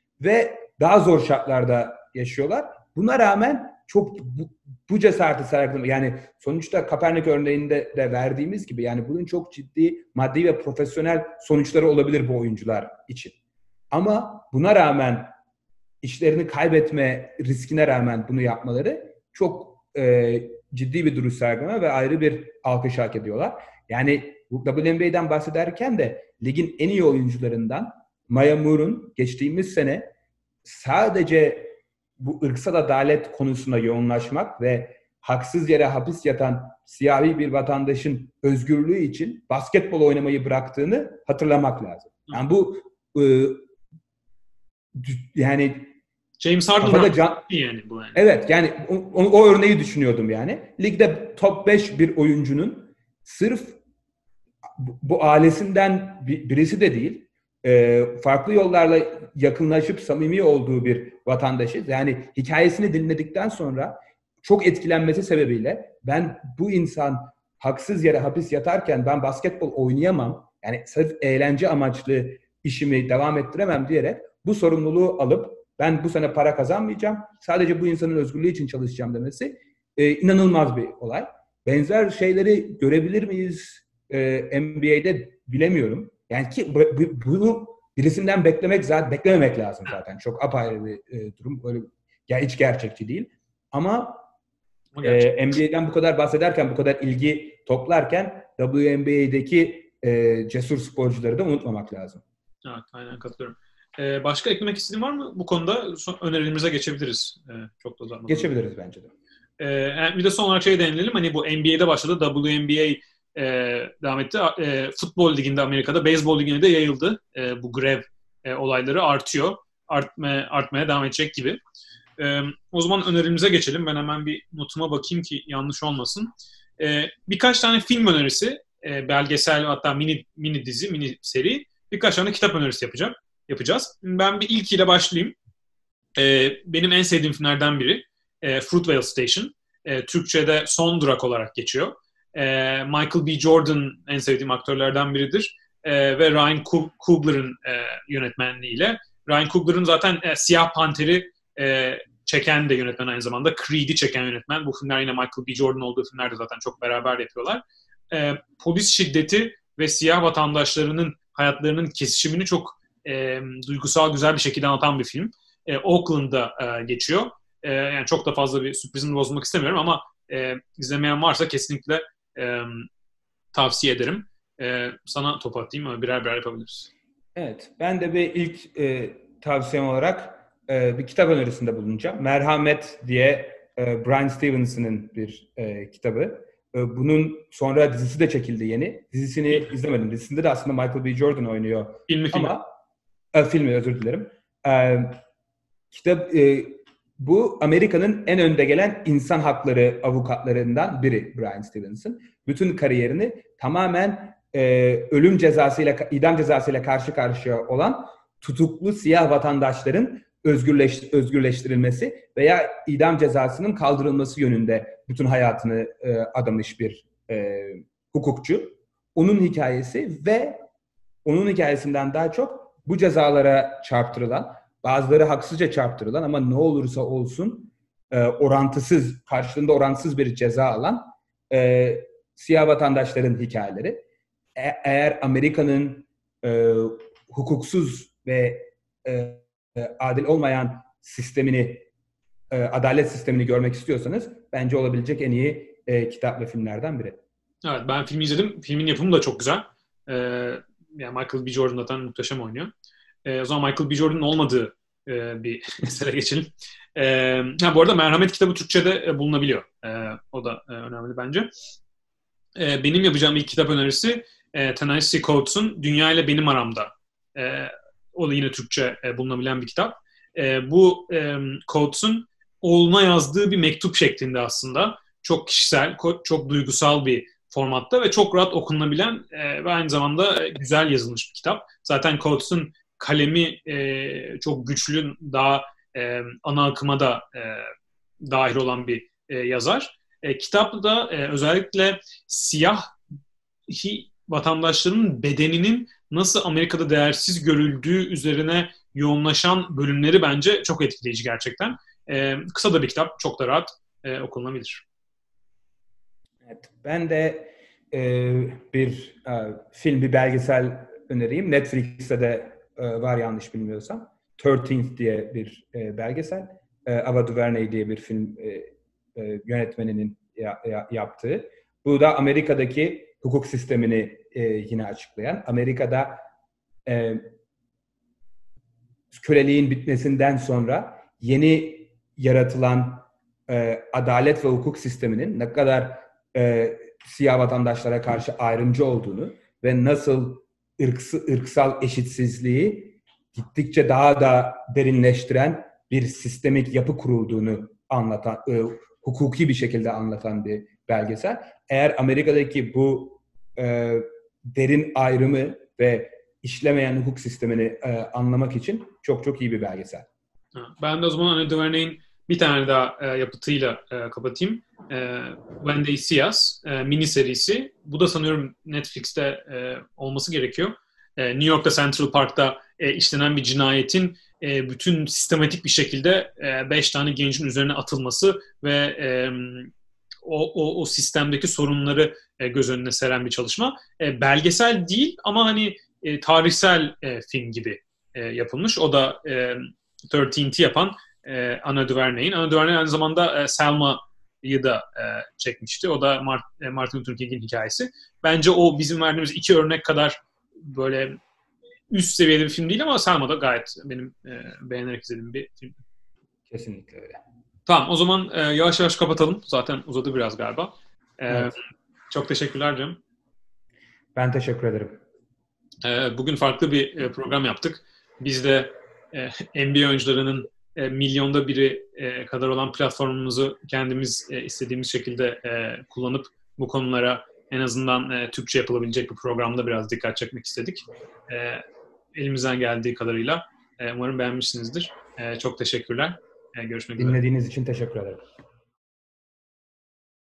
ve daha zor şartlarda yaşıyorlar. Buna rağmen çok bu, bu cesareti sergileme, yani sonuçta Kaepernick örneğinde de verdiğimiz gibi yani bunun çok ciddi maddi ve profesyonel sonuçları olabilir bu oyuncular için. Ama buna rağmen işlerini kaybetme riskine rağmen bunu yapmaları çok e, ciddi bir duruş sergileme ve ayrı bir alkış hak ediyorlar. Yani bu W N B A'den bahsederken de ligin en iyi oyuncularından Maya Moore'un geçtiğimiz sene sadece bu ırksal adalet konusuna yoğunlaşmak ve haksız yere hapis yatan siyahi bir vatandaşın özgürlüğü için basketbol oynamayı bıraktığını hatırlamak lazım. Yani bu e, yani James Harden'dan can... yani bu yani. Evet yani o, o örneği düşünüyordum yani. Ligde top beş bir oyuncunun sırf bu, bu ailesinden birisi de değil, e, farklı yollarla yakınlaşıp samimi olduğu bir vatandaşı, yani hikayesini dinledikten sonra çok etkilenmesi sebebiyle ben bu insan haksız yere hapis yatarken ben basketbol oynayamam, yani sırf eğlence amaçlı işimi devam ettiremem diyerek bu sorumluluğu alıp ben bu sene para kazanmayacağım, sadece bu insanın özgürlüğü için çalışacağım demesi e, inanılmaz bir olay. Benzer şeyleri görebilir miyiz e, N B A'de bilemiyorum. Yani ki bu, bunu birisinden beklemek zaten beklememek lazım zaten. Çok apayrı bir e, durum. Öyle ya hiç gerçekçi değil. Ama e, N B A'den bu kadar bahsederken, bu kadar ilgi toplarken W N B A'deki e, cesur sporcuları da unutmamak lazım. Evet, aynen katılıyorum. Ee, başka eklemek istediğin var mı? Bu konuda son, önerilerimize geçebiliriz. Ee, çok da uzatmadan. Geçebiliriz bence de. Ee, bir de son olarak şey değinelim. Hani bu N B A'de başladı. W N B A e, devam etti. E, futbol liginde Amerika'da, beyzbol ligine de yayıldı. E, bu grev e, olayları artıyor. Artmaya, artmaya devam edecek gibi. E, o zaman önerimize geçelim. Ben hemen bir notuma bakayım ki yanlış olmasın. E, birkaç tane film önerisi, e, belgesel hatta mini mini dizi, mini seri, birkaç tane kitap önerisi yapacağım. yapacağız. Ben bir ilkiyle başlayayım. E, benim en sevdiğim filmlerden biri e, Fruitvale Station. E, Türkçe'de Son Durak olarak geçiyor. E, Michael B. Jordan en sevdiğim aktörlerden biridir. E, ve Ryan Coogler'ın e, yönetmenliğiyle. Ryan Coogler'ın zaten e, Siyah Panter'i e, çeken de yönetmen aynı zamanda. Creed'i çeken yönetmen. Bu filmler yine Michael B. Jordan olduğu filmlerde zaten çok beraber yapıyorlar. E, polis şiddeti ve siyah vatandaşlarının hayatlarının kesişimini çok E, duygusal güzel bir şekilde anlatan bir film. E, Oakland'da e, geçiyor. E, yani çok da fazla bir sürprizini bozmak istemiyorum ama e, izlemeyen varsa kesinlikle e, tavsiye ederim. E, sana top atayım ama birer birer yapabiliriz. Evet. Ben de bir ilk e, tavsiyem olarak e, bir kitap önerisinde bulunacağım. Merhamet diye e, Brian Stevenson'ın bir e, kitabı. E, bunun sonra dizisi de çekildi yeni. Dizisini izlemedim. Dizisinde de aslında Michael B. Jordan oynuyor. Filmi filmi. Ama E, filmi özür dilerim. E, kitap e, bu Amerika'nın en önde gelen insan hakları avukatlarından biri Bryan Stevenson. Bütün kariyerini tamamen e, ölüm cezasıyla, idam cezasıyla karşı karşıya olan tutuklu siyah vatandaşların özgürleş, özgürleştirilmesi veya idam cezasının kaldırılması yönünde bütün hayatını e, adamış bir e, hukukçu. Onun hikayesi ve onun hikayesinden daha çok bu cezalara çarptırılan, bazıları haksızca çarptırılan ama ne olursa olsun e, orantısız, karşılığında orantısız bir ceza alan e, siyah vatandaşların hikayeleri. E- eğer Amerika'nın e, hukuksuz ve e, adil olmayan sistemini, e, adalet sistemini görmek istiyorsanız bence olabilecek en iyi e, kitap ve filmlerden biri. Evet, ben filmi izledim. Filmin yapımı da çok güzel. Ee, yani Michael B. Jordan zaten muhteşem oynuyor. Ee, o zaman Michael B. Jordan'ın olmadığı e, bir mesele geçelim. Ee, ha, bu arada Merhamet kitabı Türkçe'de e, bulunabiliyor. Ee, o da e, önemli bence. Ee, benim yapacağım ilk kitap önerisi e, Ta-Nehisi Coates'un Dünya ile Benim Aramda. E, o da yine Türkçe e, bulunabilen bir kitap. E, bu e, Coates'un oğluna yazdığı bir mektup şeklinde aslında. Çok kişisel, çok duygusal bir formatta ve çok rahat okunabilen e, ve aynı zamanda güzel yazılmış bir kitap. Zaten Coates'un kalemi e, çok güçlü, daha e, ana akıma da e, dahil olan bir e, yazar. E, kitapta e, özellikle siyah vatandaşların bedeninin nasıl Amerika'da değersiz görüldüğü üzerine yoğunlaşan bölümleri bence çok etkileyici gerçekten. E, kısa da bir kitap, çok da rahat e, okunabilir. Evet, ben de e, bir e, film, bir belgesel önereyim. Netflix'te de e, var yanlış bilmiyorsam. thirteenth diye bir e, belgesel. E, Ava DuVernay diye bir film e, e, yönetmeninin ya, ya, yaptığı. Bu da Amerika'daki hukuk sistemini e, yine açıklayan. Amerika'da e, köleliğin bitmesinden sonra yeni yaratılan e, adalet ve hukuk sisteminin ne kadar e, siyah vatandaşlara karşı ayrımcı olduğunu ve nasıl ırksı, ırksal eşitsizliği gittikçe daha da derinleştiren bir sistemik yapı kurulduğunu anlatan, e, hukuki bir şekilde anlatan bir belgesel. Eğer Amerika'daki bu e, derin ayrımı ve işlemeyen hukuk sistemini e, anlamak için çok çok iyi bir belgesel. Ben de o zaman Ava DuVernay'in bir tane daha e, yapıtıyla e, kapatayım. E, When They See Us e, mini serisi. Bu da sanıyorum Netflix'te e, olması gerekiyor. E, New York'ta Central Park'ta e, işlenen bir cinayetin e, bütün sistematik bir şekilde e, beş tane gencin üzerine atılması ve e, o, o, o sistemdeki sorunları e, göz önüne seren bir çalışma. E, belgesel değil ama hani e, tarihsel e, film gibi e, yapılmış. O da e, thirteenth'i yapan e, Ava DuVernay'in. Ava DuVernay aynı zamanda e, Selma'yı da e, çekmişti. O da Mart, e, Martin Luther King'in hikayesi. Bence o bizim verdiğimiz iki örnek kadar böyle üst seviyede bir film değil ama Selma da gayet benim e, beğenerek izlediğim bir film. Kesinlikle öyle. Tamam, o zaman e, yavaş yavaş kapatalım. Zaten uzadı biraz galiba. E, evet. Çok teşekkürler Cem. Ben teşekkür ederim. E, bugün farklı bir e, program yaptık. Biz de e, N B A oyuncularının e, milyonda biri e, kadar olan platformumuzu kendimiz e, istediğimiz şekilde e, kullanıp bu konulara en azından e, Türkçe yapılabilecek bir programda biraz dikkat çekmek istedik. E, elimizden geldiği kadarıyla. E, umarım beğenmişsinizdir. E, çok teşekkürler. E, görüşmek üzere. Dinlediğiniz için teşekkür ederim.